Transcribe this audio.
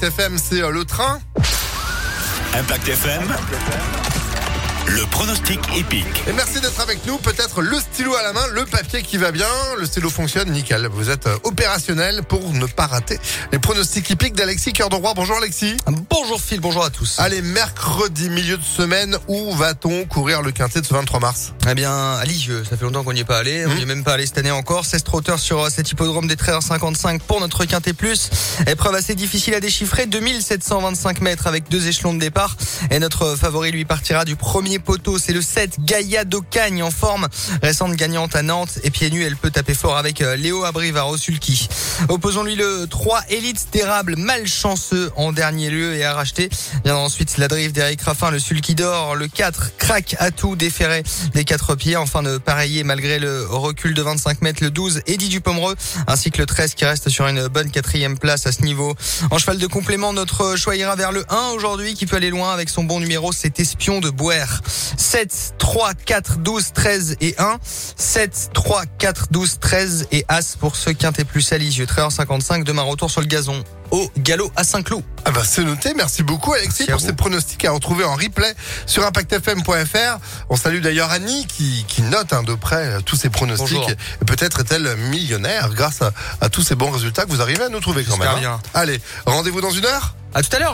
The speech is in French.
FM, c'est le train. Impact FM, le pronostic épique. Et merci d'être avec nous. Peut-être le stylo à la main, le papier qui va bien. Le stylo fonctionne, nickel. Vous êtes opérationnel pour ne pas rater les pronostics épiques d'Alexis Cœur de Roi. Bonjour Alexis. Bonjour Phil, bonjour à tous. Allez, mercredi, milieu de semaine, où va-t-on courir le quintet de ce 23 mars? Eh bien, à Lisieux, ça fait longtemps qu'on n'y est pas allé. On n'y est même pas allé cette année encore. 16 trotteurs sur cet hippodrome des 13h55 pour notre quintet plus. Épreuve assez difficile à déchiffrer. 2725 mètres avec 2 échelons de départ. Et notre favori lui partira du premier poteau. C'est le 7, Gaïa d'Ocagne en forme. Récente gagnante à Nantes. Et pieds nus, elle peut taper fort avec Léo Abrivaro Sulky. Opposons-lui le 3, Élite d'érable, malchanceux en dernier lieu et à racheter. Viendra ensuite la drive d'Eric Raffin, le Sulky d'or. Le 4, Crac Atout, déféré des 4 pieds. Enfin de pareiller malgré le recul de 25 mètres, le 12, Eddie Dupomereux, ainsi que le 13 qui reste sur une bonne 4e place à ce niveau. En cheval de complément, notre choix ira vers le 1 aujourd'hui qui peut aller loin avec son bon numéro, c'est Espion de Bouer. 7, 3, 4, 12, 13 et 1. 7, 3, 4, 12, 13 et As pour ce quintet plus à Lisieux. 13h55, demain retour sur le gazon au galop à Saint-Cloud. Ah bah c'est noté, merci beaucoup Alexis pour ces pronostics à retrouver en replay sur impactfm.fr. On salue d'ailleurs Annie qui note de près tous ces pronostics. Bonjour. Et peut-être est-elle millionnaire grâce à tous ces bons résultats que vous arrivez à nous trouver quand même. Bien. Allez, rendez-vous dans une heure. À tout à l'heure.